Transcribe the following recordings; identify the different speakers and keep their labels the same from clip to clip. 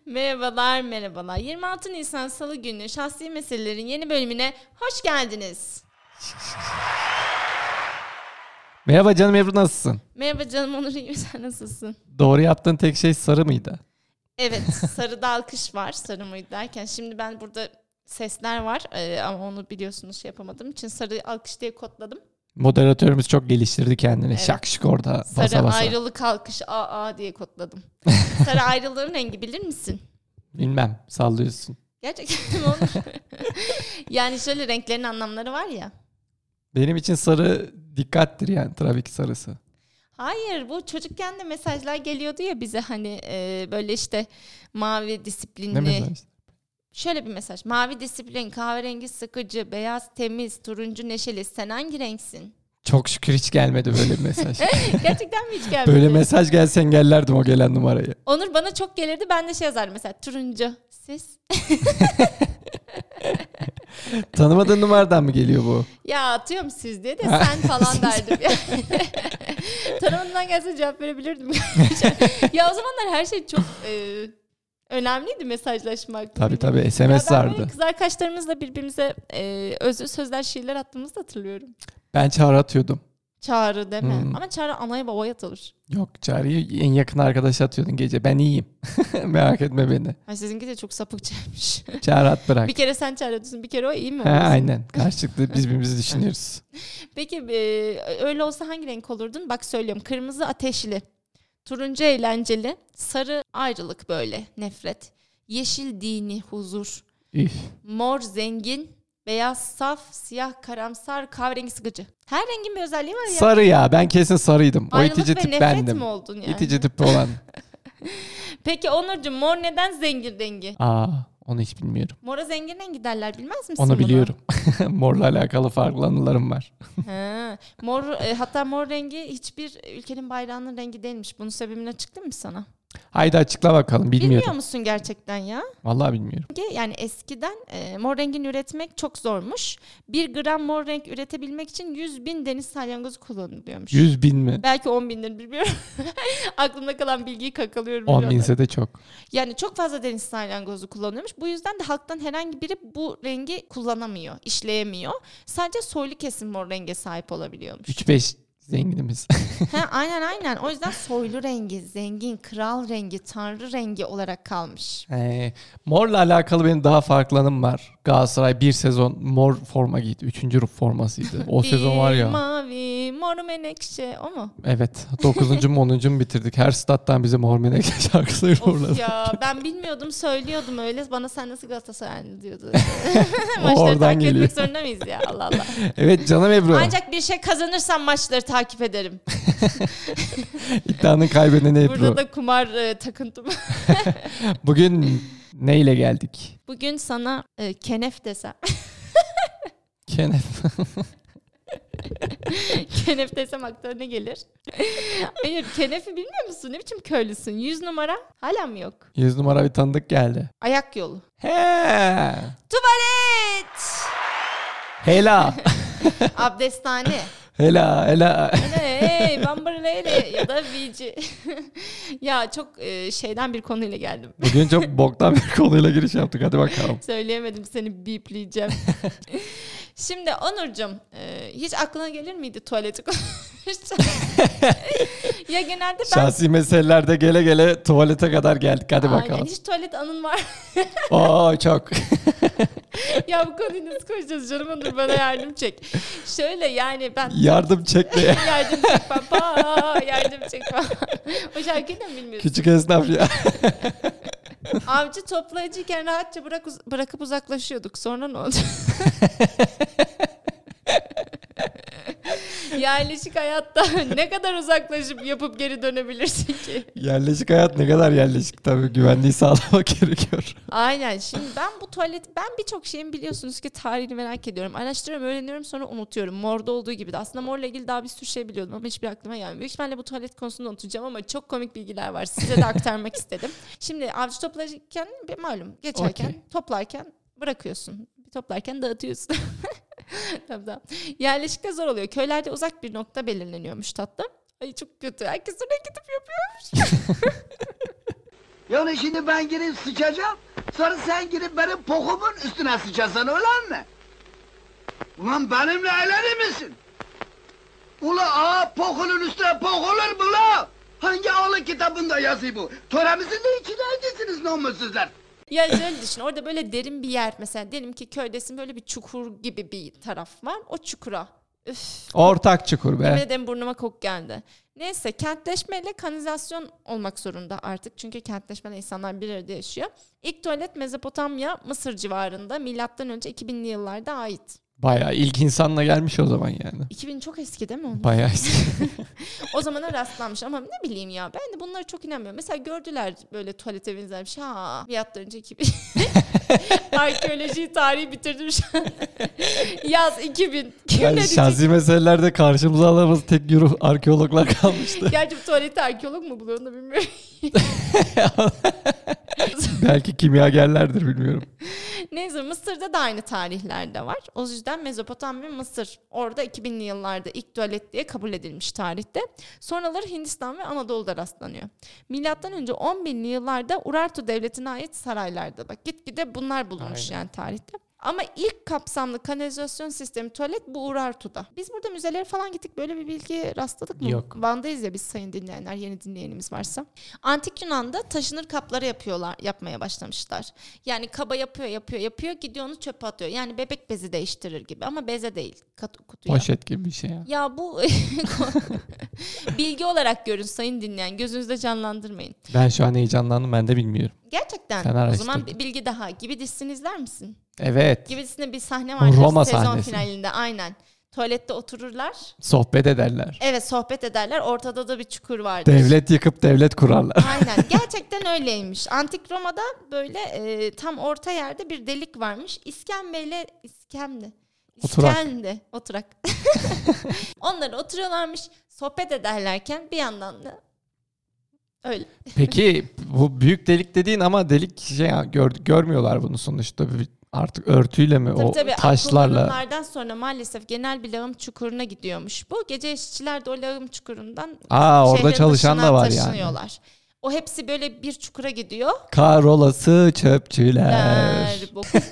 Speaker 1: Merhabalar. 26 Nisan Salı günü Şahsi Meselelerin yeni bölümüne hoş geldiniz.
Speaker 2: Merhaba canım Ebru, nasılsın?
Speaker 1: Merhaba canım Onur, iyiyim, sen nasılsın?
Speaker 2: Doğru yaptığın tek şey sarı mıydı?
Speaker 1: Evet, sarıda alkış var, sarı mıydı derken. Şimdi ben burada sesler var ama onu biliyorsunuz yapamadığım için sarı alkış diye kodladım.
Speaker 2: Moderatörümüz çok geliştirdi kendini.
Speaker 1: Evet.
Speaker 2: Şakşık orada
Speaker 1: Sarı
Speaker 2: basa basa.
Speaker 1: ayrılık alkış AA diye kodladım. Sarı ayrılığın rengi bilir misin?
Speaker 2: Bilmem, sallıyorsun.
Speaker 1: Gerçekten mi Onur? Yani şöyle renklerin anlamları var ya.
Speaker 2: Benim için sarı dikkattir, yani trafik sarısı.
Speaker 1: Hayır, bu çocukken de mesajlar geliyordu ya bize hani böyle işte mavi disiplinli.
Speaker 2: Ne mesaj?
Speaker 1: Şöyle bir mesaj. Mavi disiplin, kahverengi sıkıcı, beyaz temiz, turuncu neşeli. Sen hangi renksin?
Speaker 2: Çok şükür hiç gelmedi böyle bir mesaj.
Speaker 1: Gerçekten mi hiç gelmedi?
Speaker 2: Böyle mesaj gelse engellerdim o gelen numarayı.
Speaker 1: Onur bana çok gelirdi. Ben de şey yazardım mesela. Turuncu. Siz?
Speaker 2: Tanımadığın numaradan mı geliyor bu?
Speaker 1: Ya atıyorum siz diye de sen falan derdim. Tanımadığından gelse cevap verebilirdim. Ya o zamanlar her şey çok önemliydi, mesajlaşmak.
Speaker 2: Tabii SMS vardı.
Speaker 1: Kız arkadaşlarımızla birbirimize özlü sözler, şiirler attığımızı da hatırlıyorum.
Speaker 2: Ben çağrı atıyordum.
Speaker 1: Çağrı değil mi? Ama çağrı anaya babaya atılır.
Speaker 2: Yok, çağrıyı en yakın arkadaşa atıyordun gece. Ben iyiyim. Merak etme beni.
Speaker 1: Ay sizinki de çok sapıkçaymış.
Speaker 2: Çağrı at bırak.
Speaker 1: Bir kere sen çağırıyorsun, bir kere o, iyi mi?
Speaker 2: Aynen. Karşılıklı biz birbirimizi düşünüyoruz.
Speaker 1: Peki öyle olsa hangi renk olurdun? Bak söylüyorum. Kırmızı ateşli. Turuncu eğlenceli. Sarı ayrılık böyle nefret. Yeşil dini huzur.
Speaker 2: Üf.
Speaker 1: Mor zengin. Beyaz saf, siyah karamsar, kahverengi sıkıcı. Her rengin bir özelliği var ya.
Speaker 2: Sarı ya. Ben kesin sarıydım.
Speaker 1: Ayrılık
Speaker 2: o itici
Speaker 1: ve
Speaker 2: tip
Speaker 1: nefret
Speaker 2: bendim.
Speaker 1: mi oldun yani?
Speaker 2: İtici tip olan.
Speaker 1: Peki Onurcuğum, mor neden zengin rengi?
Speaker 2: Onu hiç bilmiyorum.
Speaker 1: Mora zengin rengi derler, bilmez misin
Speaker 2: Onu
Speaker 1: bunu?
Speaker 2: biliyorum. Morla alakalı farklı anılarım var.
Speaker 1: Mor, hatta mor rengi hiçbir ülkenin bayrağının rengi değilmiş. Bunun sebebini açıklayayım mı sana?
Speaker 2: Haydi açıkla bakalım. Bilmiyorum.
Speaker 1: Bilmiyor musun gerçekten ya?
Speaker 2: Vallahi bilmiyorum.
Speaker 1: Yani eskiden mor rengini üretmek çok zormuş. 1 gram mor renk üretebilmek için 100.000 deniz salyangozu kullanılıyormuş.
Speaker 2: 100.000 mi?
Speaker 1: Belki 10.000'dir, bilmiyorum. Aklımda kalan bilgiyi kakalıyorum.
Speaker 2: 10.000'se de çok.
Speaker 1: Yani çok fazla deniz salyangozu kullanıyormuş. Bu yüzden de halktan herhangi biri bu rengi kullanamıyor, işleyemiyor. Sadece soylu kesim mor renge sahip olabiliyormuş.
Speaker 2: 3-5 zenginimiz.
Speaker 1: Aynen. O yüzden soylu rengi, zengin, kral rengi, tanrı rengi olarak kalmış.
Speaker 2: Morla alakalı benim daha farklı anım var. Galatasaray bir sezon mor forma giydi. 3. ruh formasıydı. O sezon var ya.
Speaker 1: Mavi, mor menekşe, o mu?
Speaker 2: Evet. 9. mu 10. mu bitirdik. Her stat'tan bize mor menekşe şarkısı uğurladı.
Speaker 1: Of ya, ben bilmiyordum, söylüyordum öyle. Bana sen nasıl Galatasaraylı diyordu.
Speaker 2: Oradan
Speaker 1: Maçları takip
Speaker 2: geliyor.
Speaker 1: etmek zorunda mıyız ya? Allah Allah.
Speaker 2: Evet canım Ebru.
Speaker 1: Ancak bir şey kazanırsam maçları takip ederim.
Speaker 2: İddianın kaybedeni Ebru.
Speaker 1: Burada da kumar takıntım.
Speaker 2: Bugün neyle geldik?
Speaker 1: Bugün sana kenef desem.
Speaker 2: Kenef.
Speaker 1: Kenef desem aklına ne gelir? Hayır, kenefi bilmiyor musun? Ne biçim köylüsün? 100 numara hala mı yok?
Speaker 2: 100 numara bir tanıdık geldi.
Speaker 1: Ayak yolu.
Speaker 2: He.
Speaker 1: Tuvalet.
Speaker 2: Hela.
Speaker 1: Abdesthane.
Speaker 2: Hela.
Speaker 1: Hey, bambarelere ya da vici. Ya çok şeyden bir konuyla geldim.
Speaker 2: Bugün çok boktan bir konuyla giriş yaptık. Hadi bakalım.
Speaker 1: Söyleyemedim, seni bipleyeceğim. Şimdi Onurcuğum, hiç aklına gelir miydi tuvaleti konuşacağım? Ya genelde ben...
Speaker 2: Şahsi meselelerde gele gele tuvalete kadar geldik. Hadi bakalım.
Speaker 1: Aynen, hiç tuvalet anın var.
Speaker 2: Oo çok.
Speaker 1: Ya bu konuyu nasıl konuşacağız canım Onur, bana yardım çek. Şöyle yani ben...
Speaker 2: Yardım çekme.
Speaker 1: Yardım çek baba, yardım çek baba. O şarkıyı da mı bilmiyorsun?
Speaker 2: Küçük esnaf ya.
Speaker 1: Avcı toplayıcıyken rahatça bırakıp uzaklaşıyorduk. Sonra ne oldu? Yerleşik hayatta ne kadar uzaklaşıp yapıp geri dönebilirsin ki?
Speaker 2: Yerleşik hayat ne kadar yerleşik tabii. Güvenliği sağlamak gerekiyor.
Speaker 1: Aynen. Şimdi ben birçok şeyin biliyorsunuz ki tarihini merak ediyorum. Araştırıyorum, öğreniyorum, sonra unutuyorum. Mor'da olduğu gibi de. Aslında Mor'la ilgili daha bir sürü şey biliyordum ama hiçbir aklıma gelmiyor. Büyük ihtimalle bu tuvalet konusunda unutacağım ama çok komik bilgiler var. Size de aktarmak istedim. Şimdi avcı toplarken malum geçerken, toplarken bırakıyorsun. Toplarken dağıtıyorsun. Tamam. Yerleşikte zor oluyor. Köylerde uzak bir nokta belirleniyormuş tatlım. Ay çok kötü. Herkes oraya gidip yapıyormuş.
Speaker 3: Yani şimdi ben girip sıçacağım, sonra sen girip benim pokumun üstüne sıçasan öyle mi? Ulan benimle eğlenir misin? Ula pokunun üstüne pok olur mu la? Hangi ağlı kitabında yazıyor bu? Töremizin de içine edesiniz namussuzlar.
Speaker 1: Ya şöyle düşün, orada böyle derin bir yer, mesela diyelim ki köydesin, böyle bir çukur gibi bir taraf var, o çukura. Üf.
Speaker 2: Ortak çukur
Speaker 1: Yemin
Speaker 2: be.
Speaker 1: ederim burnuma kok geldi. Neyse, kentleşmeyle kanalizasyon olmak zorunda artık. Çünkü kentleşmede insanlar bir arada yaşıyor. İlk tuvalet Mezopotamya, Mısır civarında milattan önce 2000'li yıllarda ait.
Speaker 2: Bayağı ilk insanla gelmiş o zaman yani.
Speaker 1: 2000 çok eski değil mi onun?
Speaker 2: Bayağı eski.
Speaker 1: O zamana rastlanmış ama ne bileyim ya, ben de bunları çok inanmıyorum. Mesela gördüler böyle tuvalete benzer bir şey. Milattan önce 2000. Arkeoloji tarihi bitirdim şu an. Yaz 2000. Kim
Speaker 2: Yani
Speaker 1: ne diyecek?
Speaker 2: şahsi meselelerde karşımıza aldığımız tek yürü arkeologlar kalmıştı.
Speaker 1: Gerçi bu tuvaleti arkeolog mu buluyor onu da bilmiyorum.
Speaker 2: Belki kimyagerlerdir, bilmiyorum.
Speaker 1: Neyse, Mısır'da da aynı tarihlerde var. O yüzden Mezopotamya, Mısır orada 2000'li yıllarda ilk tuvalet diye kabul edilmiş tarihte. Sonraları Hindistan ve Anadolu'da rastlanıyor. Milattan önce 10.000'li yıllarda Urartu devletine ait saraylarda. Bak gitgide bunlar bulunmuş yani tarihte. Ama ilk kapsamlı kanalizasyon sistemi tuvalet bu Urartu'da. Biz burada müzelere falan gittik, böyle bir bilgiye rastladık mı?
Speaker 2: Yok.
Speaker 1: Van'dayız ya biz, sayın dinleyenler, yeni dinleyenimiz varsa. Antik Yunan'da taşınır kapları yapmaya başlamışlar. Yani kaba yapıyor, gidiyor onu çöpe atıyor. Yani bebek bezi değiştirir gibi ama beze değil, kutuya.
Speaker 2: Poşet gibi bir şey ya.
Speaker 1: Ya bu bilgi olarak görün sayın dinleyen, gözünüzde canlandırmayın.
Speaker 2: Ben şu an heyecanlandım, ben de bilmiyorum.
Speaker 1: Gerçekten
Speaker 2: Sen
Speaker 1: o
Speaker 2: araştırdın.
Speaker 1: zaman bir bilgi daha. Gibi dizisini izler misin?
Speaker 2: Evet.
Speaker 1: Gibi dizisinde bir sahne var.
Speaker 2: Roma
Speaker 1: sezon
Speaker 2: sahnesi.
Speaker 1: finalinde aynen. Tuvalette otururlar.
Speaker 2: Sohbet ederler.
Speaker 1: Evet, sohbet ederler. Ortada da bir çukur vardır.
Speaker 2: Devlet yıkıp devlet kurarlar.
Speaker 1: Aynen. Gerçekten öyleymiş. Antik Roma'da böyle tam orta yerde bir delik varmış. Oturak. Onlar oturuyorlarmış. Sohbet ederlerken bir yandan da öyle.
Speaker 2: Peki bu büyük delik dediğin ama delik görmüyorlar bunu sonuçta. Artık örtüyle mi, o
Speaker 1: Tabii,
Speaker 2: taşlarla?
Speaker 1: kullanımlardan sonra maalesef genel bir lağım çukuruna gidiyormuş bu. Gece işçiler de o lağım çukurundan
Speaker 2: Orada
Speaker 1: şehrin
Speaker 2: çalışan
Speaker 1: dışına
Speaker 2: da var yani.
Speaker 1: taşınıyorlar. O hepsi böyle bir çukura gidiyor.
Speaker 2: Kahrolası çöpçüler.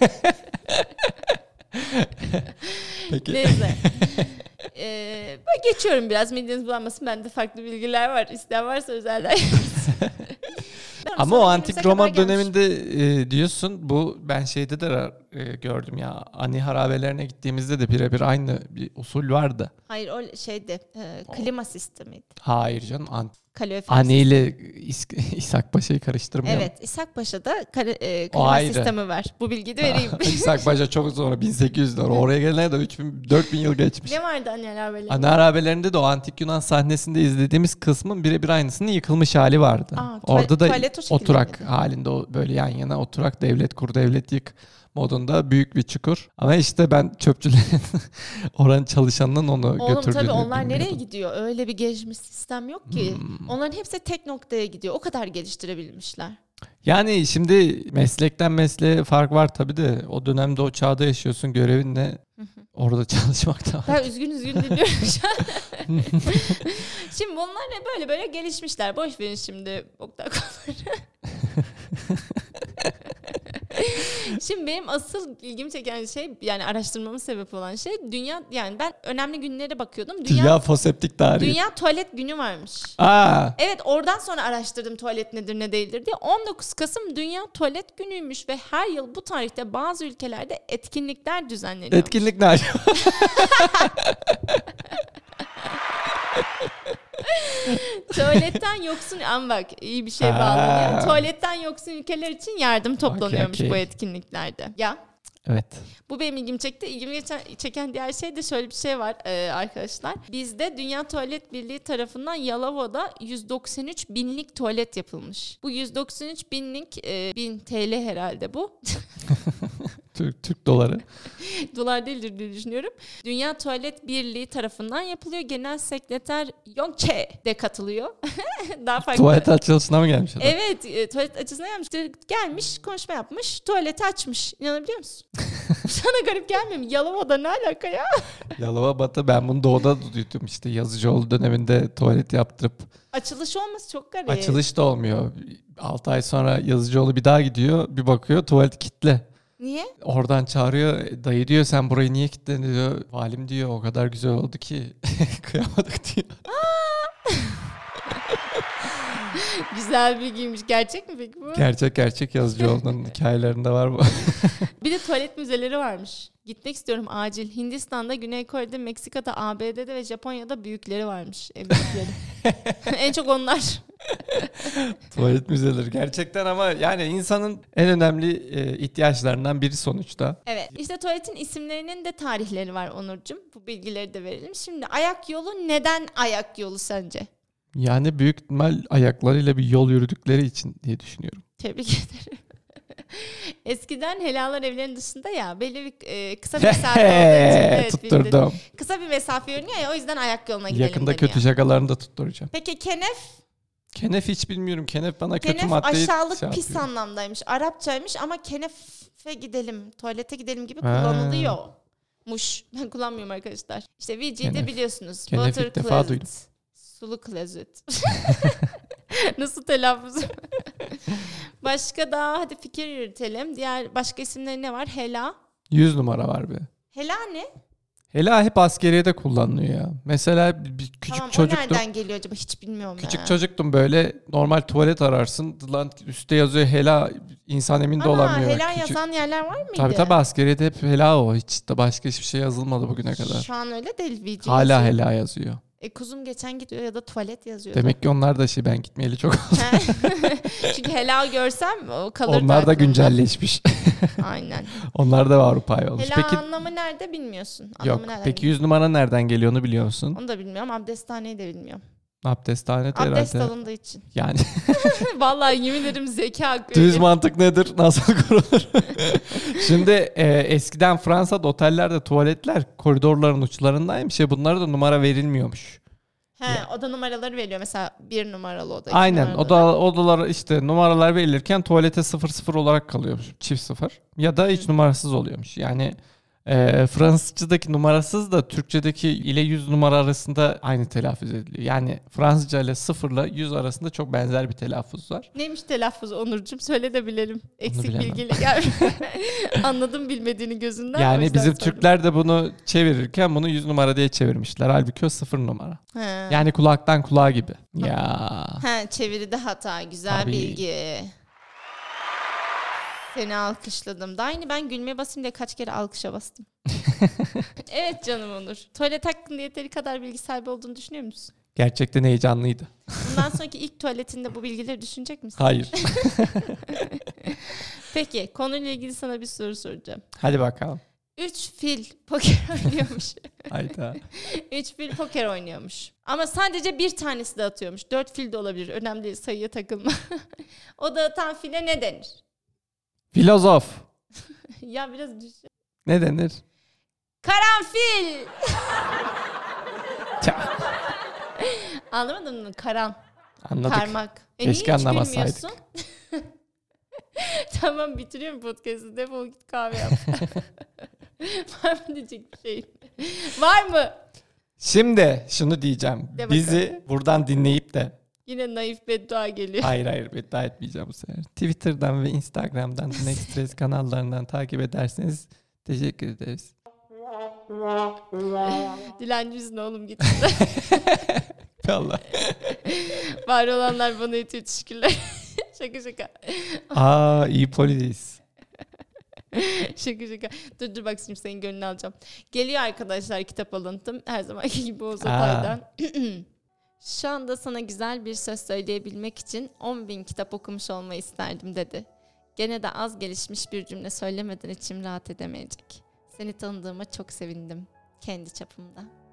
Speaker 2: Peki.
Speaker 1: Neyse. Ben geçiyorum biraz, mideniz bulanmasın. Bende farklı bilgiler var. İsteyen varsa özelden.
Speaker 2: Ama o antik Roma döneminde diyorsun, bu ben şeyde de gördüm ya, Ani harabelerine gittiğimizde de birebir aynı bir usul vardı.
Speaker 1: Hayır, o şeydi, klima sistemiydi.
Speaker 2: Hayır canım,
Speaker 1: Kalorifer
Speaker 2: Ani ile İshak Paşa'yı karıştırmayalım.
Speaker 1: Evet, İshak Paşa'da
Speaker 2: O
Speaker 1: klima
Speaker 2: ayrı.
Speaker 1: sistemi var. Bu bilgiyi de vereyim.
Speaker 2: İshak Paşa çok sonra 1800'ler. Oraya gelene de 3000-4000 yıl geçmiş.
Speaker 1: Ne vardı Ani harabelerinde?
Speaker 2: Ani harabelerinde de o antik Yunan sahnesinde izlediğimiz kısmın birebir aynısının yıkılmış hali vardı. Orada da oturak halinde, o böyle yan yana oturak, devlet kur devlet yık modunda büyük bir çukur. Ama işte ben çöpçülerin oranın çalışanının onu götürdüğünü
Speaker 1: Oğlum tabii onlar
Speaker 2: bilmiyordum.
Speaker 1: nereye gidiyor? Öyle bir gelişmiş sistem yok ki. Onların hepsi tek noktaya gidiyor. O kadar geliştirebilmişler.
Speaker 2: Yani şimdi meslekten mesleğe fark var tabii de, o dönemde o çağda yaşıyorsun, görevin ne? Orada çalışmak da var.
Speaker 1: Ben üzgün dinliyorum şu an. Şimdi bunlar ne böyle gelişmişler. Boş verin şimdi Oktay konuları. Şimdi benim asıl ilgimi çeken şey, yani araştırmamın sebep olan şey, dünya, yani ben önemli günlere bakıyordum.
Speaker 2: Dünya foseptik tarihi.
Speaker 1: Dünya tuvalet günü varmış. Evet, oradan sonra araştırdım tuvalet nedir ne değildir diye. 19 Kasım Dünya Tuvalet Günü'ymüş ve her yıl bu tarihte bazı ülkelerde etkinlikler düzenleniyor.
Speaker 2: Etkinlik ne acaba?
Speaker 1: Tuvaletten yoksun, ama bak iyi bir şey bağlanıyor. Tuvaletten yoksun ülkeler için yardım toplanıyormuş bu etkinliklerde. Ya.
Speaker 2: Evet.
Speaker 1: Bu benim ilgimi çekti. İlgimi çeken diğer şey de şöyle bir şey var arkadaşlar. Bizde Dünya Tuvalet Birliği tarafından Yalova'da 193 binlik tuvalet yapılmış. Bu 193 binlik 1000 TL herhalde bu.
Speaker 2: Türk doları.
Speaker 1: Dolar değildir diye düşünüyorum. Dünya Tuvalet Birliği tarafından yapılıyor. Genel Sekreter Yongche de katılıyor. Daha farklı.
Speaker 2: Tuvalet açılışına mı gelmiş adam?
Speaker 1: Evet, tuvalet açılışına gelmiş. Gelmiş, konuşma yapmış, tuvaleti açmış. İnanabiliyor musun? Sana garip gelmiyor mu? Yalova'da ne alaka ya?
Speaker 2: Yalova Batı, ben bunu doğuda duydum işte, Yazıcıoğlu döneminde tuvalet yaptırıp.
Speaker 1: Açılış olması çok garip.
Speaker 2: Açılış da olmuyor. 6 ay sonra Yazıcıoğlu bir daha gidiyor, bir bakıyor tuvalet kilitli.
Speaker 1: Niye?
Speaker 2: Oradan çağırıyor, dayı diyor sen burayı niye kilitledin diyor. Valim diyor o kadar güzel oldu ki kıyamadık diyor.
Speaker 1: Güzel bilgiymiş. Gerçek mi peki bu?
Speaker 2: Gerçek Yazıcıoğlu'nun hikayelerinde var bu.
Speaker 1: Bir de tuvalet müzeleri varmış. Gitmek istiyorum acil. Hindistan'da, Güney Kore'de, Meksika'da, ABD'de ve Japonya'da büyükleri varmış. Büyükleri. En çok onlar.
Speaker 2: Tuvalet müzeleri gerçekten, ama yani insanın en önemli ihtiyaçlarından biri sonuçta.
Speaker 1: Evet. İşte tuvaletin isimlerinin de tarihleri var Onurcuğum. Bu bilgileri de verelim. Şimdi ayak yolu neden ayak yolu sence?
Speaker 2: Yani büyük ihtimal ayaklarıyla bir yol yürüdükleri için diye düşünüyorum.
Speaker 1: Tebrik ederim. Eskiden helalar evlerin dışında ya, belli bir kısa mesafe olduğu için. Evet,
Speaker 2: tutturdum.
Speaker 1: Kısa bir mesafe yürünüyor ya, o yüzden ayak yoluna gidelim
Speaker 2: Yakında
Speaker 1: deniyor.
Speaker 2: kötü şakalarını da tutturacağım.
Speaker 1: Peki kenef?
Speaker 2: Kenef hiç bilmiyorum. Kenef bana kötü
Speaker 1: Kenef
Speaker 2: maddeyi
Speaker 1: aşağılık pis anlamdaymış. Arapçaymış ama kenefe gidelim, tuvalete gidelim gibi kullanılıyormuş. Ben kullanmıyorum arkadaşlar. İşte VG'de biliyorsunuz.
Speaker 2: Kenef
Speaker 1: Water
Speaker 2: ilk defa
Speaker 1: closet.
Speaker 2: duydum.
Speaker 1: Sulu closet. Nasıl telaffuz? Başka daha hadi fikir yürütelim. Diğer başka isimleri ne var? Hela.
Speaker 2: 100 numara var bir.
Speaker 1: Hela ne?
Speaker 2: Hela hep askeriyede kullanılıyor ya. Mesela bir küçük
Speaker 1: tamam,
Speaker 2: çocuktum.
Speaker 1: o nereden geliyor acaba? Hiç bilmiyorum
Speaker 2: Küçük çocuktum böyle, normal tuvalet ararsın. Lan üstte yazıyor hela, insan emin de olamıyor.
Speaker 1: Hela yazan yerler var mıydı?
Speaker 2: Tabii askeriyede hep hela o. Hiç de başka hiçbir şey yazılmadı bugüne kadar.
Speaker 1: Şu an öyle değil. VG
Speaker 2: Hala
Speaker 1: yazıyor.
Speaker 2: hela yazıyor.
Speaker 1: Kuzum geçen gidiyor ya da tuvalet yazıyor.
Speaker 2: Demek ki onlar da ben gitmeyeli çok oldu.
Speaker 1: Çünkü hela görsem o kalırdı
Speaker 2: Onlar da
Speaker 1: aklımda.
Speaker 2: güncelleşmiş.
Speaker 1: Aynen.
Speaker 2: Onlar da Avrupa'ya olmuş.
Speaker 1: Hela
Speaker 2: Peki,
Speaker 1: anlamı nerede bilmiyorsun.
Speaker 2: yok. Peki 100 numara nereden geliyor onu biliyor musun?
Speaker 1: Onu da bilmiyorum. Abdesthaneyi de bilmiyorum.
Speaker 2: Abdesthane herhalde.
Speaker 1: Abdest alındığı için.
Speaker 2: Yani.
Speaker 1: Vallahi yemin ederim zeka.
Speaker 2: Düz mantık nedir? Nasıl kurulur? Şimdi eskiden Fransa'da otellerde tuvaletler koridorların uçlarındaymış ya, bunlara da numara verilmiyormuş.
Speaker 1: Oda numaraları veriyor. Mesela 1 numaralı oda.
Speaker 2: Aynen. Odalar işte numaralar verilirken tuvalete 00 olarak kalıyormuş. Çift 0. Ya da hiç numarasız oluyormuş. Yani Fransızcadaki numarasız da Türkçedeki ile 100 numara arasında aynı telaffuz ediliyor. Yani Fransızca ile 0 ile 100 arasında çok benzer bir telaffuz var.
Speaker 1: Neymiş telaffuz Onurcuğum? Söyle de bilelim. Eksik
Speaker 2: bilemem.
Speaker 1: bilgiyle gel. Anladım bilmediğini gözünden.
Speaker 2: Yani bizim Türkler de bunu çevirirken bunu 100 numara diye çevirmişler. Halbuki o 0 numara.
Speaker 1: He.
Speaker 2: Yani kulaktan kulağa gibi. Ya.
Speaker 1: Çeviride hata. Güzel
Speaker 2: Tabii.
Speaker 1: bilgi. Seni alkışladım. Daha yeni ben gülmeye basayım diye kaç kere alkışa bastım. Evet canım Onur. Tuvalet hakkında yeteri kadar bilgi sahibi olduğunu düşünüyor musun?
Speaker 2: Gerçekten heyecanlıydı.
Speaker 1: Bundan sonraki ilk tuvaletinde bu bilgileri düşünecek misin?
Speaker 2: Hayır.
Speaker 1: Peki konuyla ilgili sana bir soru soracağım.
Speaker 2: Hadi bakalım.
Speaker 1: 3 fil poker oynuyormuş.
Speaker 2: Hayda.
Speaker 1: 3 fil poker oynuyormuş. Ama sadece bir tanesi de atıyormuş. 4 fil de olabilir. Önemli değil, sayıya takılma. O dağıtan file ne denir?
Speaker 2: Filozof.
Speaker 1: Ya biraz düşün.
Speaker 2: Ne denir?
Speaker 1: Karanfil. Anlamadın mı? Karan.
Speaker 2: Anladık.
Speaker 1: Parmak.
Speaker 2: Keşke anlamasaydık.
Speaker 1: Tamam, bitiriyorum podcast'ı. Defol git kahve yap. Var mı diyecek bir şey? Var mı?
Speaker 2: Şimdi şunu diyeceğim. Bizi buradan dinleyip de
Speaker 1: yine naif beddua geliyor.
Speaker 2: Hayır beddua etmeyeceğim bu sefer. Twitter'dan ve Instagram'dan The Next Stress kanallarından takip ederseniz teşekkür ederiz.
Speaker 1: Dilencisin oğlum, git.
Speaker 2: Allah.
Speaker 1: Var olanlar bana yetiyor, teşekkürler. Şaka.
Speaker 2: İyi polis.
Speaker 1: Şaka. Dur bak, şimdi senin gönlünü alacağım. Geliyor arkadaşlar kitap alıntım. Her zamanki gibi Oğuz Atay'dan. Şu anda sana güzel bir söz söyleyebilmek için 10.000 kitap okumuş olmayı isterdim dedi. Gene de az gelişmiş bir cümle söylemeden içim rahat edemeyecek. Seni tanıdığıma çok sevindim. Kendi çapımda.